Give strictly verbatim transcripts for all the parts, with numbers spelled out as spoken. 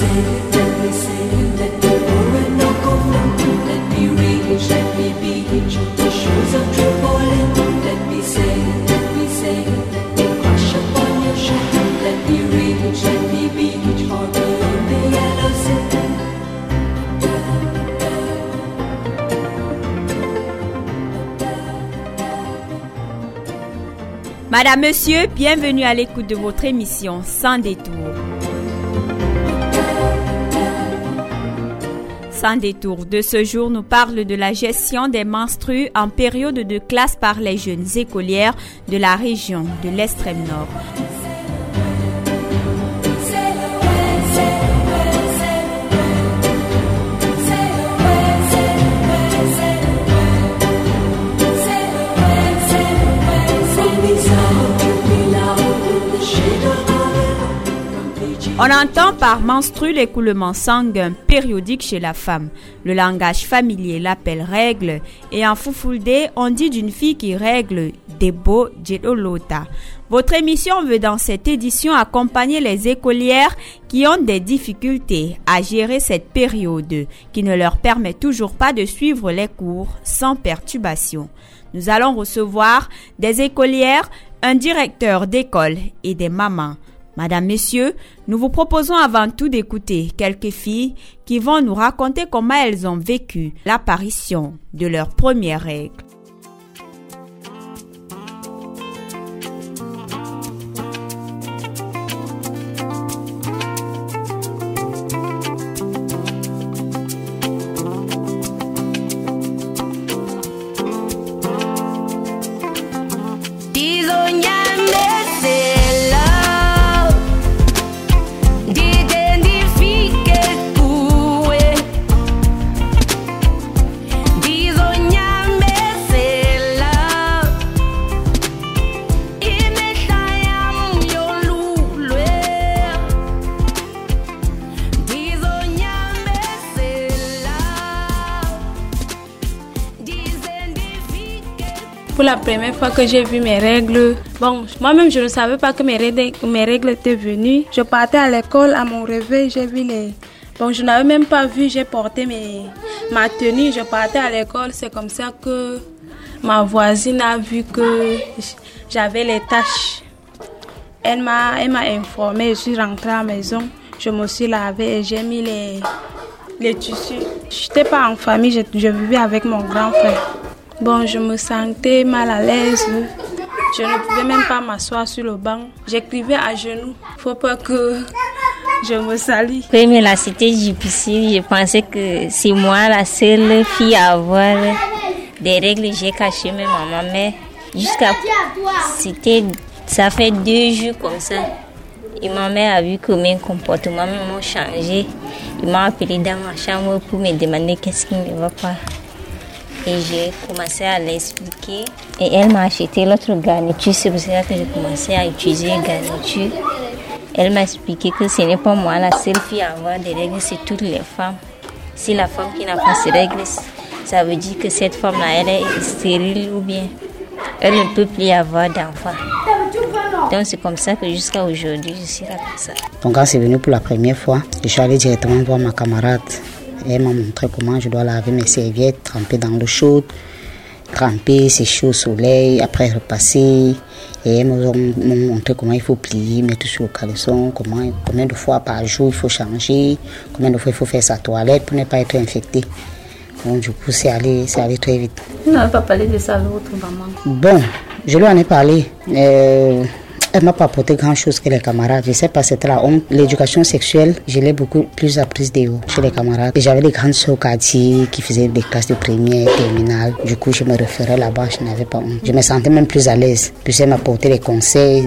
Madame, Monsieur, bienvenue à l'écoute de votre émission Sans détour. Sans détour de ce jour nous parle de la gestion des menstrues en période de classe par les jeunes écolières de la région de l'extrême nord. On entend par menstrue l'écoulement sanguin périodique chez la femme. Le langage familier l'appelle règle et en Fulfulde, on dit d'une fille qui règle Debo Jedolota. Votre émission veut dans cette édition accompagner les écolières qui ont des difficultés à gérer cette période qui ne leur permet toujours pas de suivre les cours sans perturbation. Nous allons recevoir des écolières, un directeur d'école et des mamans. Madame, Messieurs, nous vous proposons avant tout d'écouter quelques filles qui vont nous raconter comment elles ont vécu l'apparition de leurs premières règles. Pour la première fois que j'ai vu mes règles, bon, moi-même je ne savais pas que mes règles, mes règles étaient venues. Je partais à l'école, à mon réveil, j'ai vu les... Bon, je n'avais même pas vu, j'ai porté mes... ma tenue, je partais à l'école. C'est comme ça que ma voisine a vu que j'avais les taches. Elle m'a, elle m'a informée, je suis rentrée à la maison, je me suis lavée et j'ai mis les, les tissus. Je n'étais pas en famille, je, je vivais avec mon grand frère. Bon, je me sentais mal à l'aise. Je ne pouvais même pas m'asseoir sur le banc. J'écrivais à genoux. Faut pas que je me salis. Mais là, c'était difficile. Je pensais que c'est moi la seule fille à avoir des règles. J'ai caché mes mamans. Mais jusqu'à... C'était... Ça fait deux jours comme ça. Et ma mère a vu que mes comportements m'ont changé. Il m'a appelé dans ma chambre pour me demander qu'est-ce qui ne va pas. Et j'ai commencé à l'expliquer. Et elle m'a acheté l'autre garniture. C'est pour ça que j'ai commencé à utiliser la garniture. Elle m'a expliqué que ce n'est pas moi la seule fille à avoir des règles, c'est toutes les femmes. Si la femme qui n'a pas ses règles, ça veut dire que cette femme-là, elle est stérile ou bien elle ne peut plus avoir d'enfants. Donc c'est comme ça que jusqu'à aujourd'hui, je suis là comme ça. Donc quand c'est venu pour la première fois, je suis allée directement voir ma camarade. Elle m'a montré comment je dois laver mes serviettes, tremper dans l'eau chaude, tremper ces choses au soleil, après repasser. Et elle m'a montré comment il faut plier, mettre sur le caleçon, comment, combien de fois par jour il faut changer, combien de fois il faut faire sa toilette pour ne pas être infecté. Donc du coup, c'est allé, c'est allé très vite. Vous n'avez pas parlé de ça à votre maman? Bon, je lui en ai parlé. Euh, Elle ne m'a pas apporté grand-chose que les camarades. Je ne sais pas, c'était la honte. L'éducation sexuelle, je l'ai beaucoup plus apprise des hauts chez les camarades. Et j'avais des grandes sœurs au quartier qui faisaient des classes de première, terminale. Du coup, je me référais là-bas, je n'avais pas honte. Je me sentais même plus à l'aise. Puis elle m'apportait des conseils.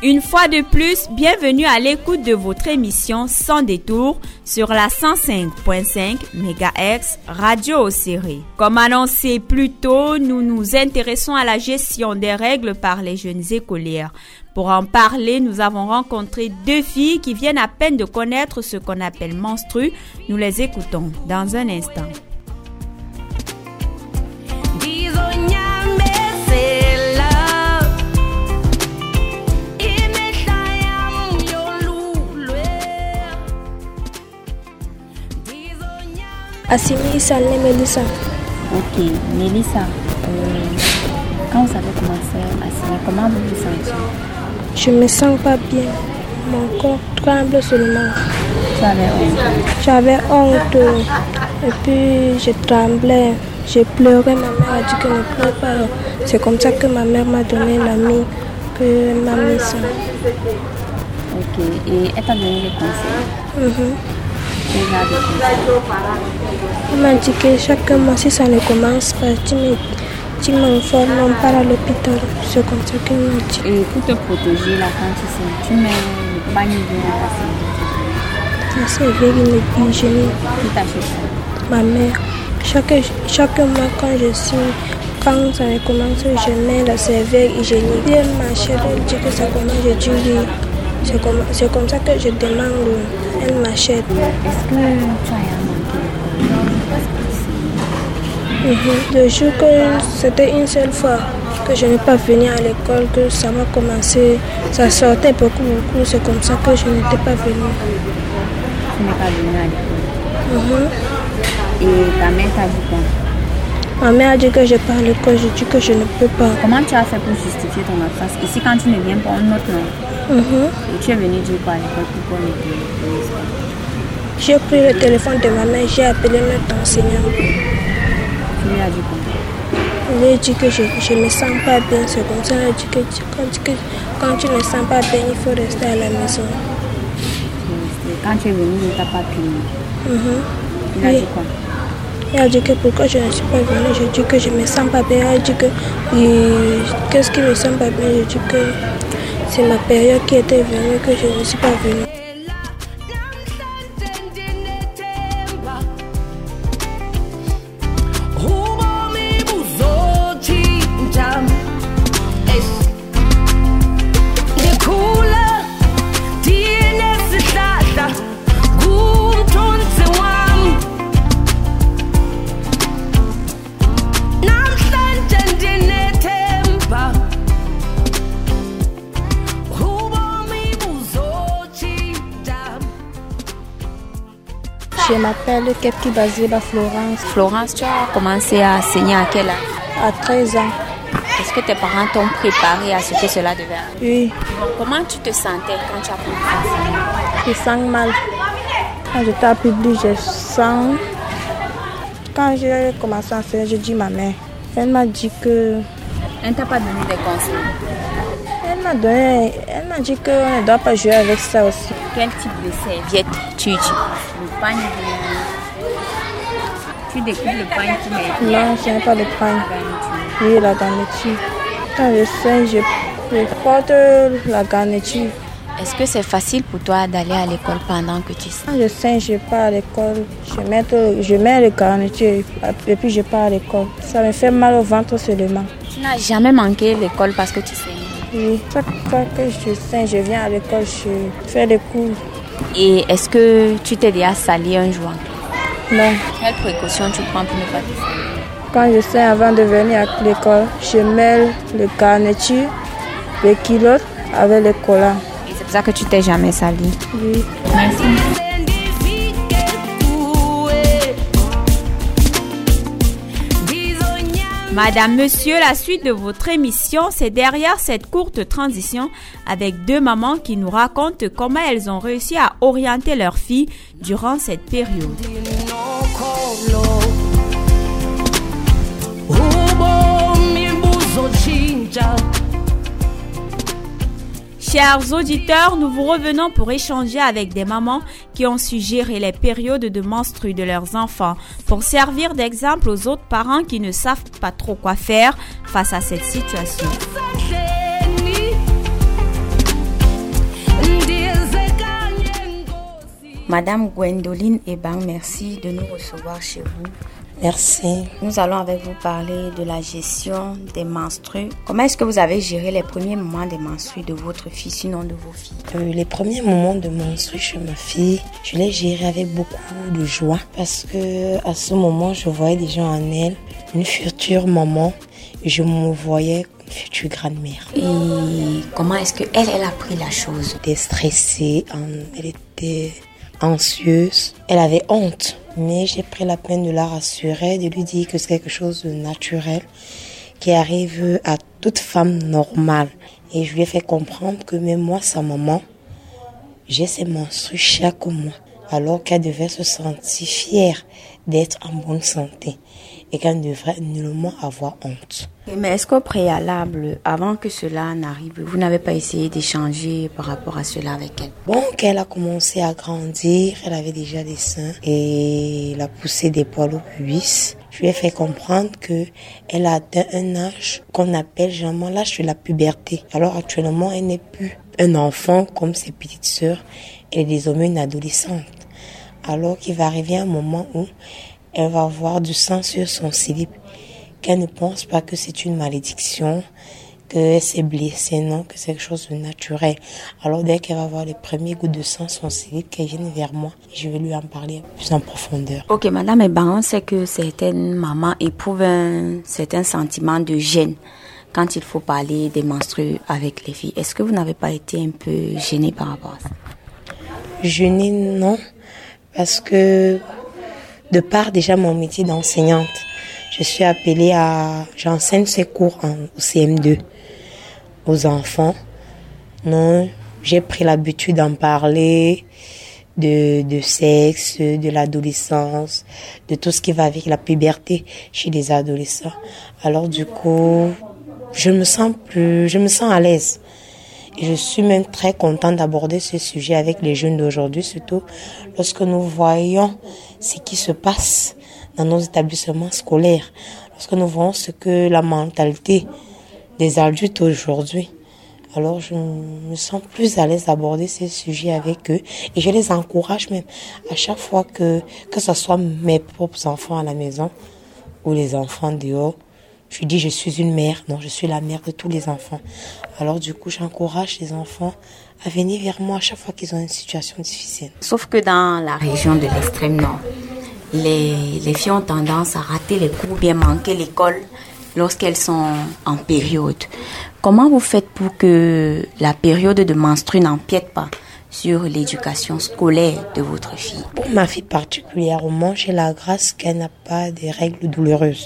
Une fois de plus, bienvenue à l'écoute de votre émission Sans détour sur la cent cinq virgule cinq mégahertz Radio Océré. Comme annoncé plus tôt, nous nous intéressons à la gestion des règles par les jeunes écolières. Pour en parler, nous avons rencontré deux filles qui viennent à peine de connaître ce qu'on appelle menstru. Nous les écoutons dans un instant. Assimi Issa, né Mélissa. Ok, Mélissa, euh, quand vous avez commencé à signer, comment vous vous sentez? Je me sens pas bien. Mon corps tremble seulement. Tu avais honte? J'avais honte. Et puis je tremblais. J'ai pleuré. Ma mère a dit que ne pleure pas. C'est comme ça que ma mère m'a donné l'ami que m'a mis ça. Ok, et elle t'a donné des conseils? Mm-hmm. On m'a dit que chaque mois, si ça ne commence pas, tu me, tu m'informes, on part à l'hôpital. C'est comme ça qu'elle m'a dit. Et pour te protéger, là, quand tu sais, tu mets le pagne bien à ta cervelle. La cervelle est hygiénique. Qui t'achète ça? Ma mère. Chaque, chaque mois, quand je suis, quand ça commence, je mets la cervelle hygiénique. Elle m'achète, elle dit que ça commence, je dis oui. C'est comme, c'est comme ça que je demande, elle m'achète. Est-ce que tu as manqué? Mm-hmm. Le jour que c'était une seule fois que je n'ai pas venu à l'école, que ça m'a commencé, ça sortait beaucoup, beaucoup. C'est comme ça que je n'étais pas venue. Tu n'es pas venue à l'école? Mm-hmm. Et ta mère t'a dit quoi? Ma mère a dit que je pars à l'école, je dis que je ne peux pas. Comment tu as fait pour justifier ton absence? Ici, quand tu ne viens pas, on note non. Mm-hmm. Et tu es venu dire quoi à l'école pour qu'on ait? J'ai pris le téléphone de ma mère, j'ai appelé notre enseignant. Tu lui as dit quoi? Je lui ai dit que je ne me sens pas bien. C'est comme ça, elle a dit que quand, que quand tu ne me sens pas bien, il faut rester à la maison. Quand tu es venu, il ne t'a pas puni. Mm-hmm. Il a oui. dit quoi? Il a dit que pourquoi je ne suis pas venue. Je dis que je ne me sens pas bien. Il a dit que euh, qu'est-ce qui ne me sent pas bien. Je dis que c'est ma période qui était venue, que je ne suis pas venue. Je m'appelle Kepki Bazeba Florence. Florence, tu as commencé à enseigner à quel âge? À treize ans. Est-ce que tes parents t'ont préparé à ce que cela devait arriver? Oui. Comment tu te sentais quand tu as commencé à enseigner? Je sens mal. Quand j'étais à public, je sens. Quand j'ai commencé à enseigner, j'ai dit à ma mère. Elle m'a dit que. Elle ne t'a pas donné des conseils? Elle m'a donné. Elle m'a dit qu'on ne doit pas jouer avec ça aussi. Quel type de serviette tu utilises? Le pagne de... Tu découpes le pagne pour mettre? Non, je n'ai pas de pagne. Oui, la garniture. Quand je saigne, je porte la garniture. Est-ce que c'est facile pour toi d'aller à l'école pendant que tu saignes? Quand je saigne, je pars à l'école. Je mets, je mets le garniture et puis je pars à l'école. Ça me fait mal au ventre seulement. Tu n'as jamais manqué l'école parce que tu saignes? Oui, chaque fois que je saigne, je viens à l'école, je fais des cours. Et est-ce que tu t'es déjà sali un jour? Non. Quelles précautions tu prends pour ne pas te salir? Quand je saigne avant de venir à l'école, je mets le garniture, les culottes avec les collants. Et c'est pour ça que tu t'es jamais sali? Oui. Merci. Madame, monsieur, la suite de votre émission, c'est derrière cette courte transition avec deux mamans qui nous racontent comment elles ont réussi à orienter leurs filles durant cette période. Chers auditeurs, nous vous revenons pour échanger avec des mamans qui ont su gérer les périodes de menstrues de leurs enfants pour servir d'exemple aux autres parents qui ne savent pas trop quoi faire face à cette situation. Madame Gwendoline Ebang, merci de nous recevoir chez vous. Merci. Nous allons avec vous parler de la gestion des menstrues. Comment est-ce que vous avez géré les premiers moments des menstrues de votre fille, sinon de vos filles? euh, Les premiers moments de menstrues chez ma fille, je les gérais avec beaucoup de joie parce que à ce moment, je voyais déjà en elle une future maman et je me voyais une future grand-mère. Et comment est-ce que elle, elle a pris la chose? Elle était stressée, elle était anxieuse, elle avait honte. Mais j'ai pris la peine de la rassurer, de lui dire que c'est quelque chose de naturel qui arrive à toute femme normale. Et je lui ai fait comprendre que même moi, sa maman, j'ai ses menstrues chaque mois. Alors qu'elle devait se sentir fière d'être en bonne santé et qu'elle ne devrait nullement avoir honte. Mais est-ce qu'au préalable, avant que cela n'arrive, vous n'avez pas essayé d'échanger par rapport à cela avec elle? Bon, qu'elle a commencé à grandir, elle avait déjà des seins et la poussée des poils au pubis. Je lui ai fait comprendre que elle a atteint un âge qu'on appelle généralement l'âge de la puberté. Alors actuellement, elle n'est plus un enfant comme ses petites sœurs, elle est désormais une adolescente. Alors qu'il va arriver un moment où elle va avoir du sang sur son slip, qu'elle ne pense pas que c'est une malédiction, qu'elle s'est blessée, non, que c'est quelque chose de naturel. Alors dès qu'elle va avoir les premiers gouttes de sang sur son slip, qu'elle vienne vers moi, je vais lui en parler plus en profondeur. Ok, madame Ebang, on sait que certaines mamans éprouvent un certain sentiment de gêne quand il faut parler des menstrues avec les filles. Est-ce que vous n'avez pas été un peu gênée par rapport à ça? Gênée, non, parce que de par déjà mon métier d'enseignante, je suis appelée à... J'enseigne ces cours en, au C M deux aux enfants. Non, j'ai pris l'habitude d'en parler, de, de sexe, de l'adolescence, de tout ce qui va avec la puberté chez les adolescents. Alors du coup, je me sens plus... Je me sens à l'aise. Et je suis même très contente d'aborder ce sujet avec les jeunes d'aujourd'hui, surtout lorsque nous voyons ce qui se passe dans nos établissements scolaires, lorsque nous voyons ce que la mentalité des adultes aujourd'hui. Alors je me sens plus à l'aise d'aborder ces sujets avec eux et je les encourage même à chaque fois que, que ce soit mes propres enfants à la maison ou les enfants dehors. Je dis je suis une mère, non je suis la mère de tous les enfants. Alors du coup j'encourage les enfants à venir vers moi à chaque fois qu'ils ont une situation difficile. Sauf que dans la région de l'extrême nord, les, les filles ont tendance à rater les cours, bien manquer l'école lorsqu'elles sont en période. Comment vous faites pour que la période de menstru n'empiète pas sur l'éducation scolaire de votre fille? Pour ma fille particulièrement, j'ai la grâce qu'elle n'a pas de règles douloureuses.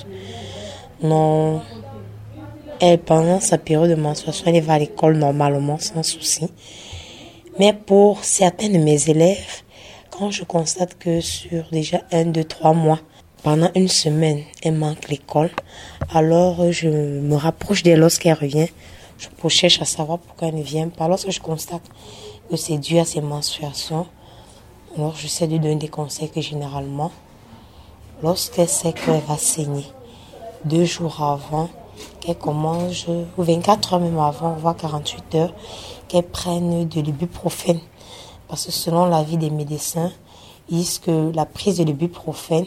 Non, elle, pendant sa période de menstruation, elle va à l'école normalement, sans souci. Mais pour certains de mes élèves, quand je constate que sur déjà un, deux, trois mois, pendant une semaine, elle manque l'école, alors je me rapproche d'elle lorsqu'elle revient. Je cherche à savoir pourquoi elle ne vient pas. Lorsque je constate que c'est dû à ses menstruations, alors j'essaie de donner des conseils que généralement, lorsqu'elle sait qu'elle va saigner, deux jours avant, qu'elle commence, ou vingt-quatre heures même avant, voire quarante-huit heures, qu'elle prenne de l'ibuprofène. Parce que selon l'avis des médecins, ils disent que la prise de l'ibuprofène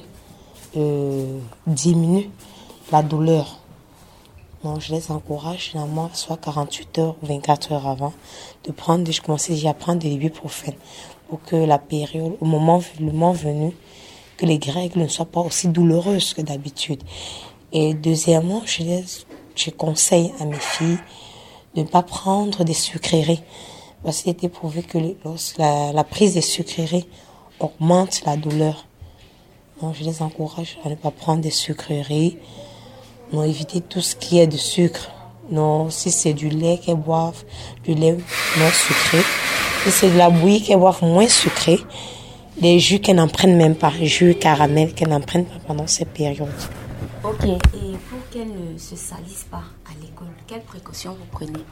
euh, diminue la douleur. Donc je les encourage finalement, soit quarante-huit heures ou vingt-quatre heures avant, de prendre, je commençais déjà à prendre de l'ibuprofène pour que la période, au moment, le moment venu, que les règles ne soient pas aussi douloureuses que d'habitude. Et deuxièmement, je, les, je conseille à mes filles de ne pas prendre des sucreries. Parce qu'il est prouvé que la, la prise des sucreries augmente la douleur. Donc je les encourage à ne pas prendre des sucreries, non, éviter tout ce qui est de sucre. Non, si c'est du lait, qu'elles boivent du lait non sucré. Si c'est de la bouillie, qu'elles boivent moins sucré. Des jus qu'elles n'en prennent même pas, jus caramel qu'elles n'en prennent pas pendant ces périodes. Ok, et pour qu'elles ne se salissent pas à l'école, quelles précautions vous prenez?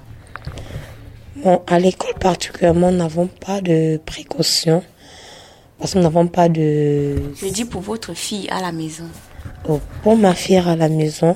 Bon, à l'école particulièrement, nous n'avons pas de précautions. Parce que nous n'avons pas de... Je dis pour votre fille à la maison. Oh, pour ma fille à la maison,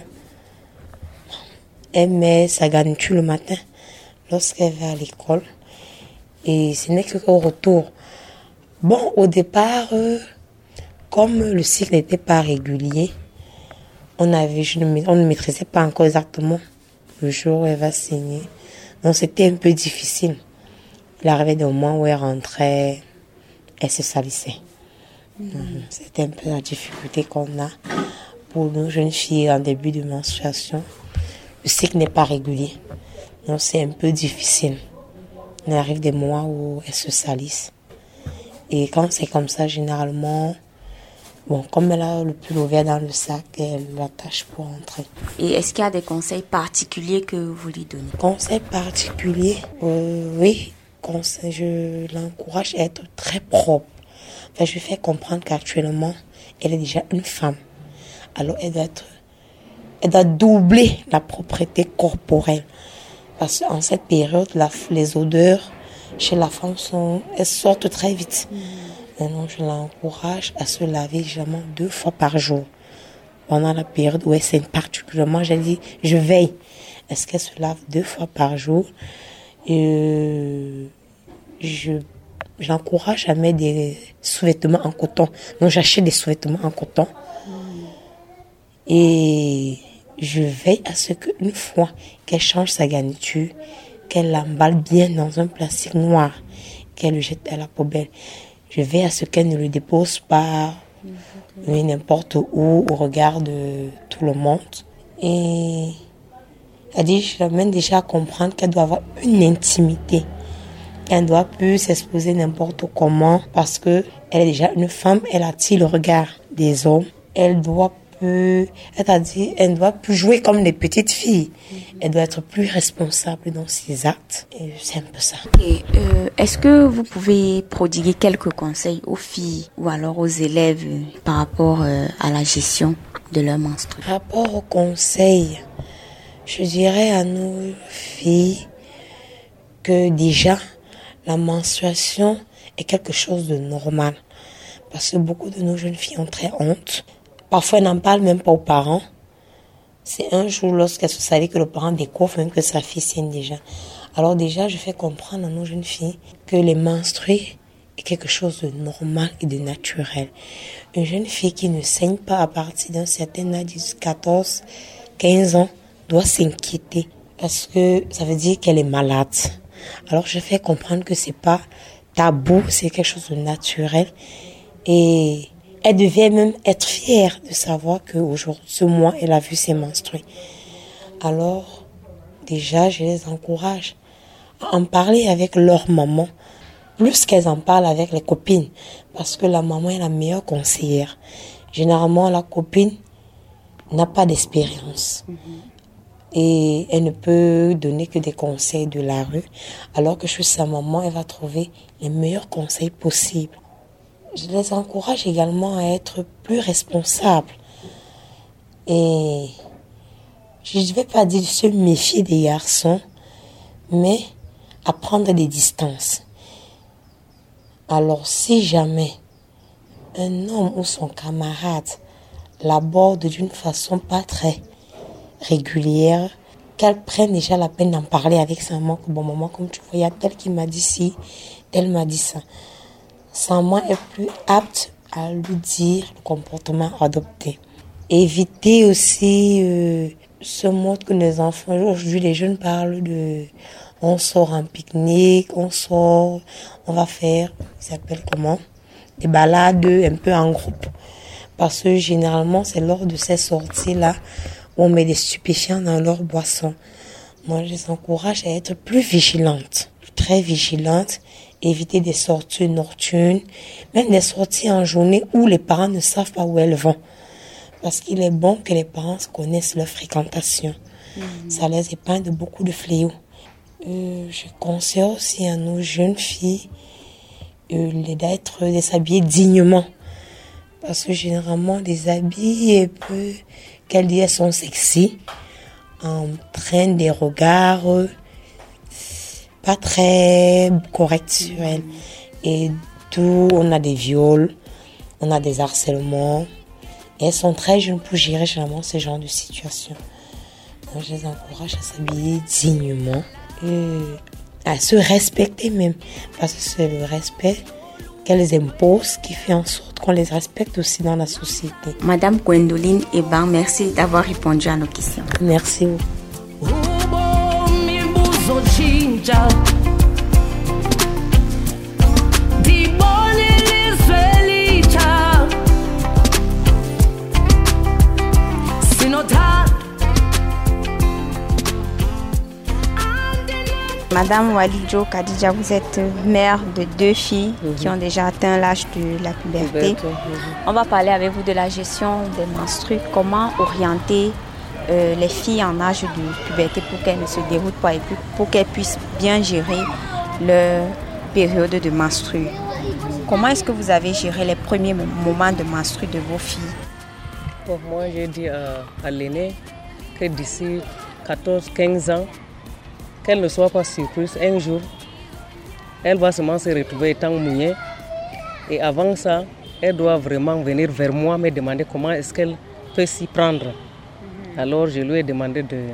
elle met sa garniture le matin lorsqu'elle va à l'école. Et ce n'est qu'au retour, Bon, au départ, euh, comme le cycle n'était pas régulier, on, avait, je ne, on ne maîtrisait pas encore exactement le jour où elle va saigner. Donc c'était un peu difficile. Il arrivait des moments où elle rentrait, elle se salissait. Mmh. C'était un peu la difficulté qu'on a pour nos jeunes filles en début de menstruation. Le cycle n'est pas régulier, donc c'est un peu difficile. Il arrive des moments où elles se salissent. Et quand c'est comme ça, généralement, bon, comme elle a le pull ouvert dans le sac, elle l'attache pour entrer. Et est-ce qu'il y a des conseils particuliers que vous lui donnez? Conseils particuliers, euh, oui. Conseil, je l'encourage à être très propre. Enfin, je lui fais comprendre qu'actuellement, elle est déjà une femme. Alors, elle doit être, elle doit doubler la propreté corporelle. Parce qu'en cette période, la, les odeurs chez la femme sont, elles sortent très vite. Mmh. Donc, je l'encourage à se laver généralement deux fois par jour. Pendant la période où elle saigne particulièrement, j'ai dit, je veille. Est-ce qu'elle se lave deux fois par jour? Et je, j'encourage à mettre des sous-vêtements en coton. Donc, j'achète des sous-vêtements en coton. Mmh. Et je veille à ce qu'une fois qu'elle change sa garniture, qu'elle l'emballe bien dans un plastique noir, qu'elle le jette à la poubelle. Je veille à ce qu'elle ne le dépose pas mmh. n'importe où, au regard de tout le monde. Et elle dit, je l'amène déjà à comprendre qu'elle doit avoir une intimité. Elle ne doit plus s'exposer n'importe comment parce que elle est déjà une femme, elle attire le regard des hommes. Elle doit plus, elle a dit, elle ne doit plus jouer comme les petites filles. Elle doit être plus responsable dans ses actes. Et c'est un peu ça. Et euh, est-ce que vous pouvez prodiguer quelques conseils aux filles ou alors aux élèves par rapport euh, à la gestion de leur menstrues? Par rapport aux conseils, je dirais à nos filles que déjà, la menstruation est quelque chose de normal. Parce que beaucoup de nos jeunes filles ont très honte. Parfois, elles n'en parlent même pas aux parents. C'est un jour, lorsqu'elles se salit, que le parent découvre même que sa fille saigne déjà. Alors déjà, je fais comprendre à nos jeunes filles que les menstrues est quelque chose de normal et de naturel. Une jeune fille qui ne saigne pas à partir d'un certain âge, de quatorze, quinze ans, doit s'inquiéter. Parce que ça veut dire qu'elle est malade. Alors, je fais comprendre que c'est pas tabou, c'est quelque chose de naturel. Et elle devait même être fière de savoir qu'aujourd'hui, ce mois, elle a vu ses menstrues. Alors, déjà, je les encourage à en parler avec leur maman, plus qu'elles en parlent avec les copines. Parce que la maman est la meilleure conseillère. Généralement, la copine n'a pas d'expérience. Mm-hmm. Et elle ne peut donner que des conseils de la rue. Alors que chez sa maman, elle va trouver les meilleurs conseils possibles. Je les encourage également à être plus responsables. Et je ne vais pas dire de se méfier des garçons, mais à prendre des distances. Alors si jamais un homme ou son camarade l'aborde d'une façon pas très régulière, qu'elle prenne déjà la peine d'en parler avec sa maman, que bon maman, comme tu vois, il y a tel qui m'a dit ci, tel m'a dit ça. Sa maman est plus apte à lui dire le comportement adopté. Éviter aussi euh, ce mode que les enfants, aujourd'hui les jeunes parlent de on sort en pique-nique, on sort, on va faire, ça s'appelle comment, des balades un peu en groupe. Parce que généralement c'est lors de ces sorties-là où on met des stupéfiants dans leur boisson. Moi, je les encourage à être plus vigilantes, très vigilantes, éviter des sorties nocturnes, même des sorties en journée où les parents ne savent pas où elles vont. Parce qu'il est bon que les parents connaissent leur fréquentation. Mmh. Ça les épargne de beaucoup de fléaux. Euh, je conseille aussi à nos jeunes filles euh, d'être, de s'habiller dignement. Parce que généralement, les habits, peu, qu'elles disent, elles sont sexy, entraînent des regards pas très corrects sur elles. Et tout, on a des viols, on a des harcèlements. Et elles sont très jeunes pour gérer généralement ce genre de situation. Donc, je les encourage à s'habiller dignement, et à se respecter même. Parce que c'est le respect qu'elles imposent qui fait en sorte qu'on les respecte aussi dans la société. Madame Gwendoline Eban, merci d'avoir répondu à nos questions. Merci. Madame Walidjo Kadija, vous êtes mère de deux filles mmh. qui ont déjà atteint l'âge de la puberté. Mmh. On va parler avec vous de la gestion des menstrues. Comment orienter euh, les filles en âge de puberté pour qu'elles ne se déroutent pas et pour qu'elles puissent bien gérer leur période de menstrues. Comment est-ce que vous avez géré les premiers moments de menstrues de vos filles? Pour moi, j'ai dit à, à l'aînée que d'ici quatorze à quinze ans, qu'elle ne soit pas surprise, un jour, elle va seulement se retrouver étant mouillée. Et avant ça, elle doit vraiment venir vers moi me demander comment est-ce qu'elle peut s'y prendre. Mm-hmm. Alors je lui ai demandé de...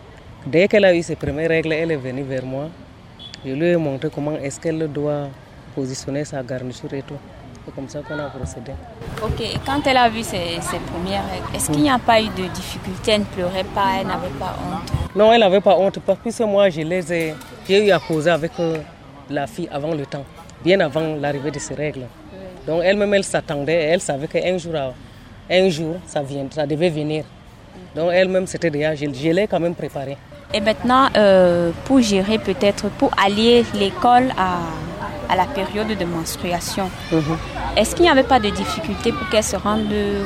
Dès qu'elle a eu ses premières règles, elle est venue vers moi. Je lui ai montré comment est-ce qu'elle doit positionner sa garniture et tout. C'est comme ça qu'on a procédé. Ok, et quand elle a vu ses, ses premières règles, est-ce qu'il n'y a pas eu de difficulté? Elle ne pleurait pas, elle n'avait pas honte? Non, elle n'avait pas honte parce que moi, je les ai, j'ai eu à causer avec la fille avant le temps, bien avant l'arrivée de ses règles. Oui. Donc elle-même, elle s'attendait, elle savait qu'un jour, un jour ça, vient, ça devait venir. Donc elle-même, c'était déjà, je, je l'ai quand même préparée. Et maintenant, euh, pour gérer peut-être, pour allier l'école à... à la période de menstruation. Mm-hmm. Est-ce qu'il n'y avait pas de difficulté pour qu'elle se rende euh,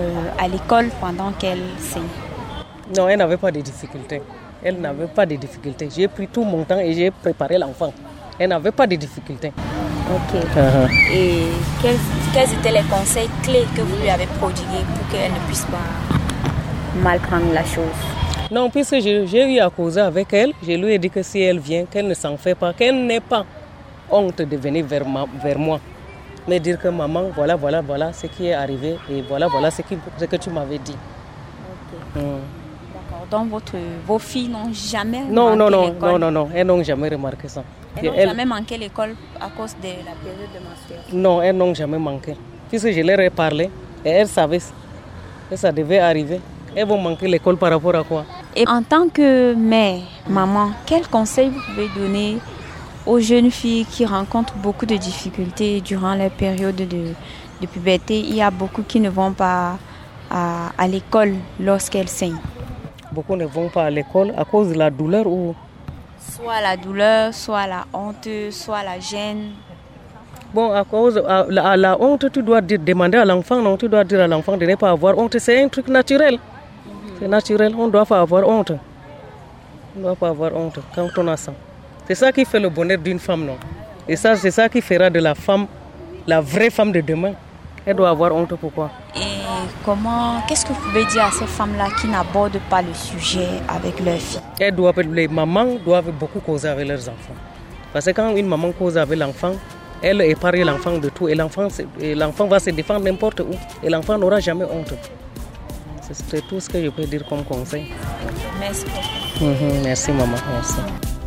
à l'école pendant qu'elle saigne? Non, elle n'avait pas de difficulté. Elle n'avait pas de difficulté. J'ai pris tout mon temps et j'ai préparé l'enfant. Elle n'avait pas de difficulté. Ok. Uh-huh. Et quels, quels étaient les conseils clés que vous lui avez prodigués pour qu'elle ne puisse pas mal prendre la chose? Non, puisque j'ai, j'ai eu à causer avec elle, je lui ai dit que si elle vient, qu'elle ne s'en fait pas, qu'elle n'ait pas honte de venir vers, ma, vers moi, me dire que maman, voilà, voilà, voilà ce qui est arrivé et voilà, voilà ce, qui, ce que tu m'avais dit. Okay. Mm. D'accord. Donc votre, vos filles n'ont jamais non, manqué non, non, l'école? Non, non, non, elles n'ont jamais remarqué ça. Elles n'ont elles... jamais manqué l'école à cause de la période de menstruation? Non, elles n'ont jamais manqué. Puisque je leur ai parlé et elles savaient que ça devait arriver. Elles vont manquer l'école par rapport à quoi? Et en tant que mère, maman, quel conseil vous pouvez donner aux jeunes filles qui rencontrent beaucoup de difficultés durant leur période de, de puberté? Il y a beaucoup qui ne vont pas à, à l'école lorsqu'elles saignent. Beaucoup ne vont pas à l'école à cause de la douleur ou... Soit la douleur, soit la honte, soit la gêne. Bon, à cause à la, à la honte, tu dois dire, demander à l'enfant, non, tu dois dire à l'enfant de ne pas avoir honte. C'est un truc naturel. Mm-hmm. C'est naturel, on ne doit pas avoir honte. On ne doit pas avoir honte quand on a ça. C'est ça qui fait le bonheur d'une femme, non? Et ça, c'est ça qui fera de la femme, la vraie femme de demain. Elle doit avoir honte, pourquoi? Et comment, qu'est-ce que vous pouvez dire à ces femmes-là qui n'abordent pas le sujet avec leurs filles? Elles doivent, les mamans doivent beaucoup causer avec leurs enfants. Parce que quand une maman cause avec l'enfant, elle épargne l'enfant de tout et l'enfant, et l'enfant va se défendre n'importe où. Et l'enfant n'aura jamais honte. C'est tout ce que je peux dire comme conseil. Merci beaucoup. Mm-hmm, merci maman, merci.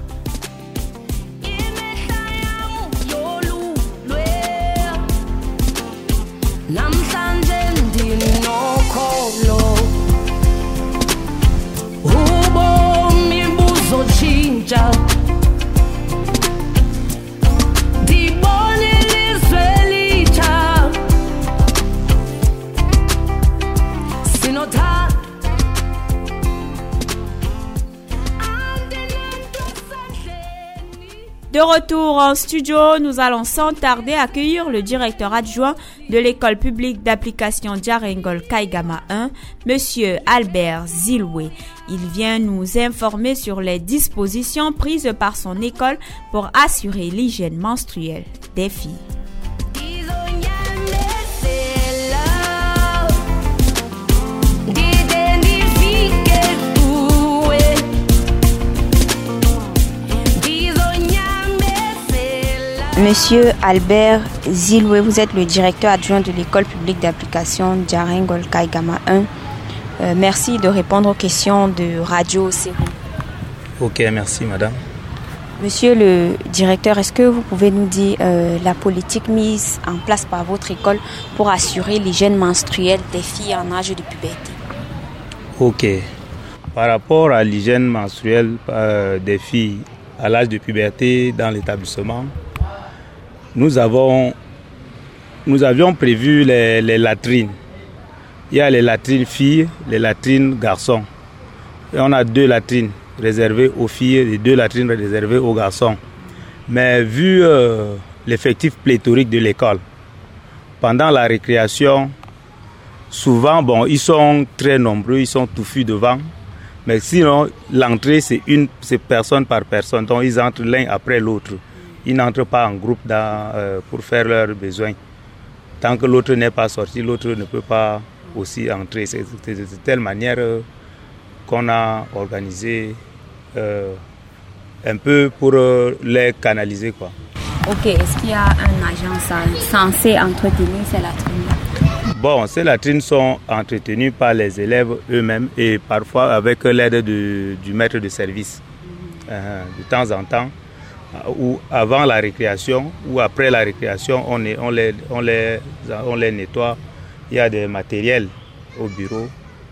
De retour en studio, nous allons sans tarder accueillir le directeur adjoint de l'école publique d'application Djarengol Kaigama un, Monsieur Albert Ziloué. Il vient nous informer sur les dispositions prises par son école pour assurer l'hygiène menstruelle des filles. Monsieur Albert Ziloué, vous êtes le directeur adjoint de l'école publique d'application Djarengol Kaigama un. Euh, merci de répondre aux questions de Radio Série. Ok, merci madame. Monsieur le directeur, est-ce que vous pouvez nous dire euh, la politique mise en place par votre école pour assurer l'hygiène menstruelle des filles en âge de puberté? Ok. Par rapport à l'hygiène menstruelle euh, des filles à l'âge de puberté dans l'établissement, nous avons, nous avions prévu les, les latrines. Il y a les latrines filles, les latrines garçons. Et on a deux latrines réservées aux filles et deux latrines réservées aux garçons. Mais vu euh, l'effectif pléthorique de l'école, pendant la récréation, souvent, bon, ils sont très nombreux, ils sont touffus devant. Mais sinon, l'entrée, c'est une c'est personne par personne. Donc, ils entrent l'un après l'autre. Ils n'entrent pas en groupe dans, euh, pour faire leurs besoins. Tant que l'autre n'est pas sorti, l'autre ne peut pas aussi entrer. C'est de telle manière euh, qu'on a organisé euh, un peu pour euh, les canaliser, quoi. Ok, est-ce qu'il y a un agent censé entretenir ces latrines? Bon, ces latrines sont entretenues par les élèves eux-mêmes et parfois avec l'aide du maître de service. Euh, de temps en temps, ou avant la récréation ou après la récréation, on, est, on, les, on, les, on les nettoie. Il y a des matériels au bureau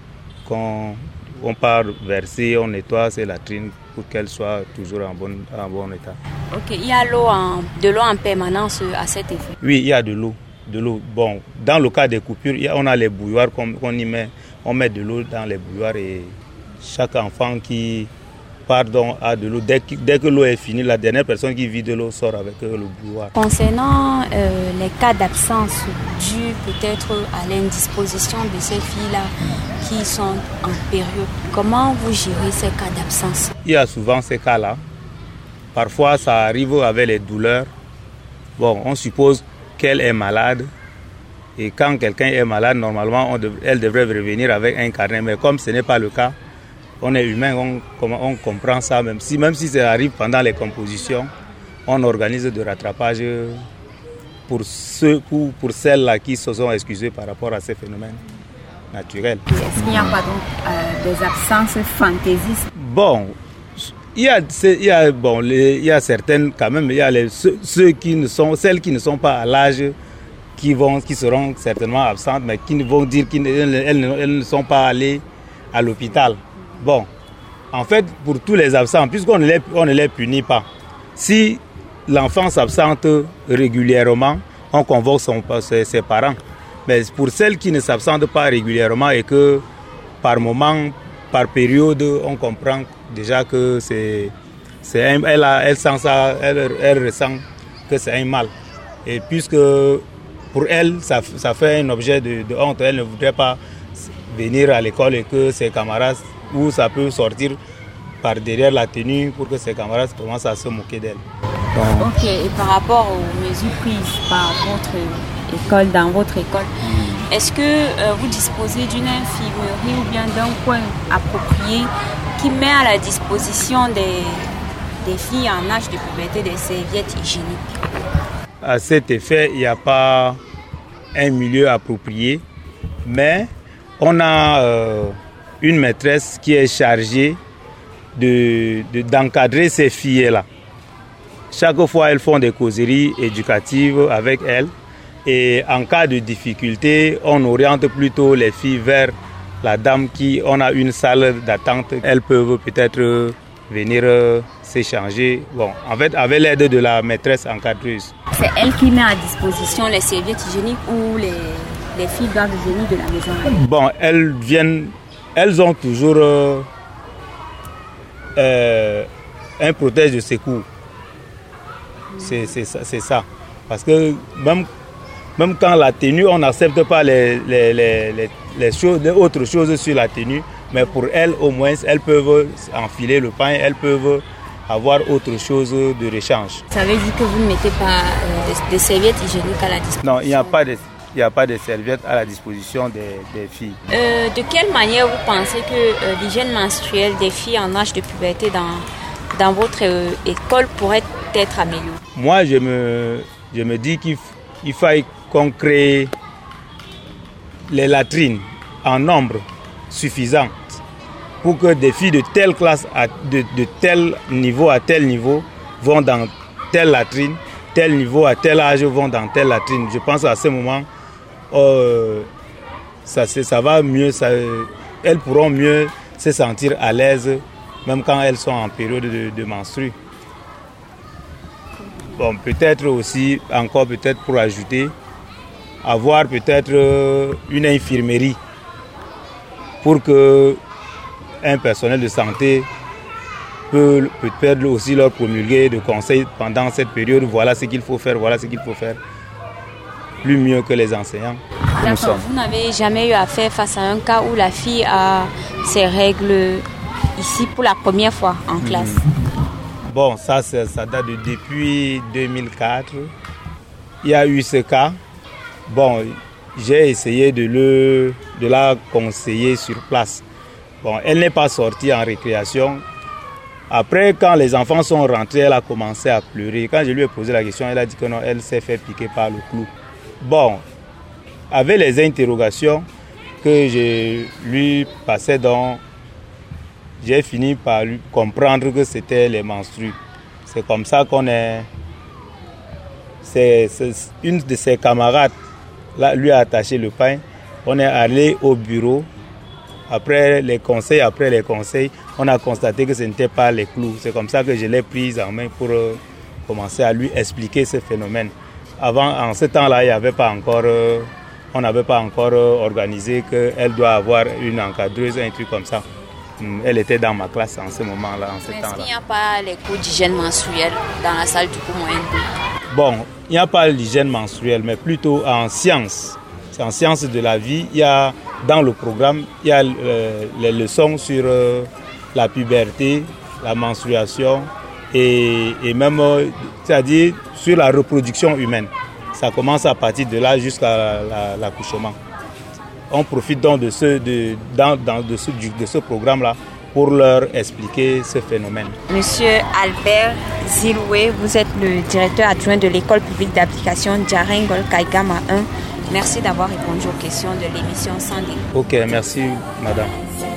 qu'on on part verser, on nettoie ces latrines pour qu'elles soient toujours en bon, en bon état. Ok, il y a l'eau en, de l'eau en permanence à cet effet? Oui, il y a de l'eau. De l'eau. Bon, dans le cas des coupures, il y a, on a les bouilloires qu'on, qu'on y met. On met de l'eau dans les bouilloires et chaque enfant qui pardon, a de l'eau. Dès que, dès que l'eau est finie, la dernière personne qui vide de l'eau sort avec euh, le bouilloire. Concernant euh, les cas d'absence dus peut-être à l'indisposition de ces filles-là qui sont en période, comment vous gérez ces cas d'absence? Il y a souvent ces cas-là. Parfois, ça arrive avec les douleurs. Bon, on suppose qu'elle est malade. Et quand quelqu'un est malade, normalement, on dev- elle devrait revenir avec un carnet. Mais comme ce n'est pas le cas, on est humain, on, on comprend ça. Même si, même si ça arrive pendant les compositions, on organise de rattrapage pour, ceux, pour, pour celles-là qui se sont excusées par rapport à ces phénomènes naturels. Est-ce qu'il n'y a pas donc euh, des absences fantaisistes? Bon, il y a, il y a, bon, les, il y a certaines quand même, il y a les, ceux, ceux qui ne sont, celles qui ne sont pas à l'âge, qui, vont, qui seront certainement absentes, mais qui vont dire qu'elles elles, elles ne sont pas allées à l'hôpital. Bon, en fait, pour tous les absents, puisqu'on ne les, on ne les punit pas, si l'enfant s'absente régulièrement, on convoque son, ses, ses parents. Mais pour celles qui ne s'absentent pas régulièrement et que par moment, par période, on comprend déjà que c'est, c'est un, elle, a, elle sent ça, elle, elle ressent que c'est un mal. Et puisque pour elle, ça, ça fait un objet de, de honte, elle ne voudrait pas venir à l'école et que ses camarades, ou ça peut sortir par derrière la tenue pour que ses camarades commencent à se moquer d'elle. Donc, ok, et par rapport aux mesures prises par votre école, dans votre école, mmh. est-ce que euh, vous disposez d'une infirmerie ou bien d'un coin approprié qui met à la disposition des, des filles en âge de puberté des serviettes hygiéniques? À cet effet, il n'y a pas un milieu approprié, mais on a euh, une maîtresse qui est chargée de, de, d'encadrer ces filles-là. Chaque fois, elles font des causeries éducatives avec elles. Et en cas de difficulté, on oriente plutôt les filles vers la dame qui, on a une salle d'attente. Elles peuvent peut-être venir s'échanger. Bon, en fait, avec l'aide de la maîtresse encadreuse. C'est elle qui met à disposition les serviettes hygiéniques ou les, les filles doivent venir de la maison? Bon, elles viennent, elles ont toujours euh, euh, un protège de secours. C'est, c'est, c'est ça. Parce que même, même quand la tenue, on n'accepte pas les, les, les, les, les, choses, les autres choses sur la tenue, mais pour elles, au moins, elles peuvent enfiler le pain, elles peuvent avoir autre chose de rechange. Ça veut dire que vous ne mettez pas euh, des, des serviettes hygiéniques à la disposition? Non, il n'y a pas de, il n'y a pas de serviettes à la disposition des, des filles. Euh, de quelle manière vous pensez que euh, l'hygiène menstruelle des filles en âge de puberté dans, dans votre euh, école pourrait être améliorée? Moi, je me, je me dis qu'il il faille qu'on crée les latrines en nombre suffisant pour que des filles de telle classe, à, de, de tel niveau à tel niveau vont dans telle latrine, tel niveau, à tel âge vont dans telle latrine. Je pense à ce moment, euh, ça, ça va mieux, ça, elles pourront mieux se sentir à l'aise, même quand elles sont en période de, de menstru. Bon, peut-être aussi, encore peut-être pour ajouter, avoir peut-être une infirmerie pour que un personnel de santé peut peut-être aussi leur promulguer de conseils pendant cette période. Voilà ce qu'il faut faire, voilà ce qu'il faut faire. Plus mieux que les enseignants. D'accord. Vous n'avez jamais eu à faire face à un cas où la fille a ses règles ici pour la première fois en classe? Mmh. Bon, ça, ça date de depuis deux mille quatre. Il y a eu ce cas. Bon, j'ai essayé de, le, de la conseiller sur place. Bon, elle n'est pas sortie en récréation. Après, quand les enfants sont rentrés, elle a commencé à pleurer. Quand je lui ai posé la question, elle a dit que non, elle s'est fait piquer par le clou. Bon, avec les interrogations que je lui passais, donc, j'ai fini par lui comprendre que c'était les menstrues. C'est comme ça qu'on est... C'est, c'est une de ses camarades là, lui a attaché le pain. On est allé au bureau. Après les conseils, après les conseils, on a constaté que ce n'était pas les clous. C'est comme ça que je l'ai prise en main pour euh, commencer à lui expliquer ce phénomène. Avant, en ce temps-là, il n'y avait pas encore, euh, on n'avait pas encore euh, organisé qu'elle doit avoir une encadreuse, un truc comme ça. Elle était dans ma classe en ce moment-là, en ce Mais temps-là. est-ce qu'il n'y a pas les cours d'hygiène menstruelle dans la salle du cours moyen? Bon, il n'y a pas l'hygiène menstruelle, mais plutôt en sciences. C'est en sciences de la vie. Il y a, dans le programme, il y a euh, les leçons sur euh, la puberté, la menstruation et, et même, euh, c'est-à-dire sur la reproduction humaine. Ça commence à partir de là jusqu'à la, la, l'accouchement. On profite donc de ce, de, dans, dans, de ce, de ce programme-là pour leur expliquer ce phénomène. Monsieur Albert Ziloué, vous êtes le directeur adjoint de l'école publique d'application Djarengol Kaigama un. Merci d'avoir répondu aux questions de l'émission Sanding. Ok, merci madame.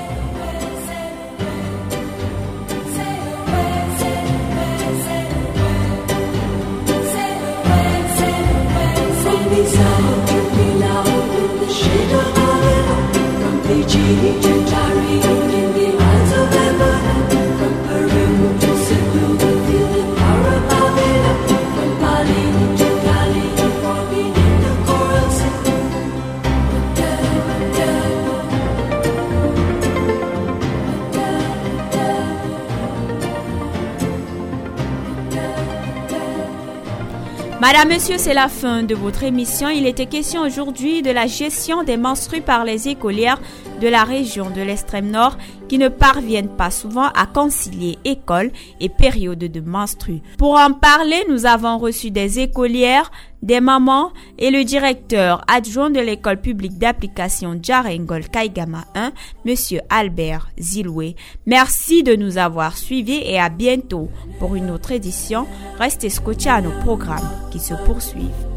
Madame, Monsieur, c'est la fin de votre émission. Il était question aujourd'hui de la gestion des menstrues par les écolières de la région de l'extrême nord qui ne parviennent pas souvent à concilier école et période de menstrues. Pour en parler, nous avons reçu des écolières, des mamans et le directeur adjoint de l'école publique d'application Djarengol Kaigama un, Monsieur Albert Ziloué. Merci de nous avoir suivis et à bientôt pour une autre édition. Restez scotchés à nos programmes qui se poursuivent.